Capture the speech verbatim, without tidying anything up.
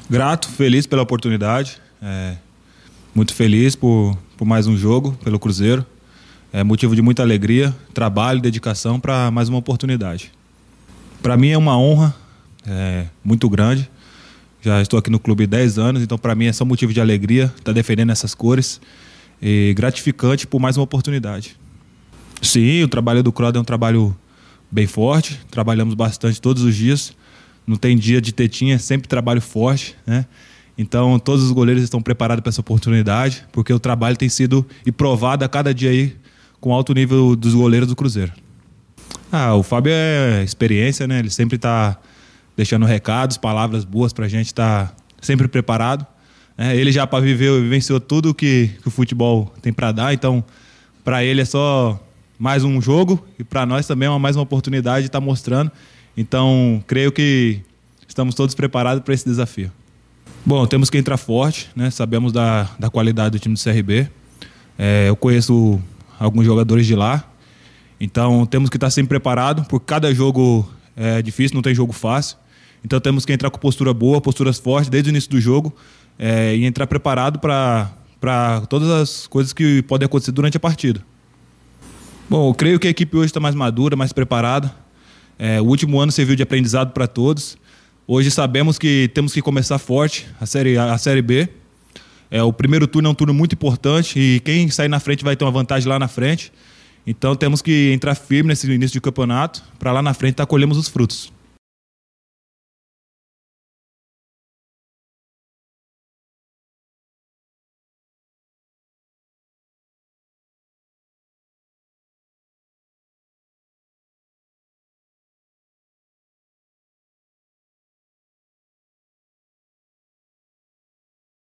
Grato, feliz pela oportunidade, é, muito feliz por, por mais um jogo pelo Cruzeiro. É motivo de muita alegria, trabalho, dedicação para mais uma oportunidade. Para mim é uma honra é, muito grande. Já estou aqui no clube há dez anos, então para mim é só motivo de alegria estar defendendo essas cores e gratificante por mais uma oportunidade. Sim, o trabalho do Croda é um trabalho bem forte, trabalhamos bastante todos os dias. Não tem dia de tetinha, sempre trabalho forte, né? Então todos os goleiros estão preparados para essa oportunidade, porque o trabalho tem sido e provado a cada dia aí com alto nível dos goleiros do Cruzeiro. Ah, o Fábio é experiência, né? Ele sempre está deixando recados, palavras boas para a gente estar sempre preparado. Né? Ele já para viveu, vivenciou tudo que, que o futebol tem para dar, então para ele é só mais um jogo e para nós também é mais uma oportunidade de estar mostrando. Então, creio que estamos todos preparados para esse desafio. Bom, temos que entrar forte, né? Sabemos da, da qualidade do time do C R B. É, eu conheço alguns jogadores de lá. Então, temos que estar sempre preparados, porque cada jogo é difícil, não tem jogo fácil. Então, temos que entrar com postura boa, posturas fortes desde o início do jogo é, e entrar preparado para para todas as coisas que podem acontecer durante a partida. Bom, eu creio que a equipe hoje está mais madura, mais preparada. É, o último ano serviu de aprendizado para todos. Hoje sabemos que temos que começar forte a série, a, a série B. É, o primeiro turno é um turno muito importante e quem sair na frente vai ter uma vantagem lá na frente. Então temos que entrar firme nesse início de campeonato para lá na frente tá, colhermos os frutos.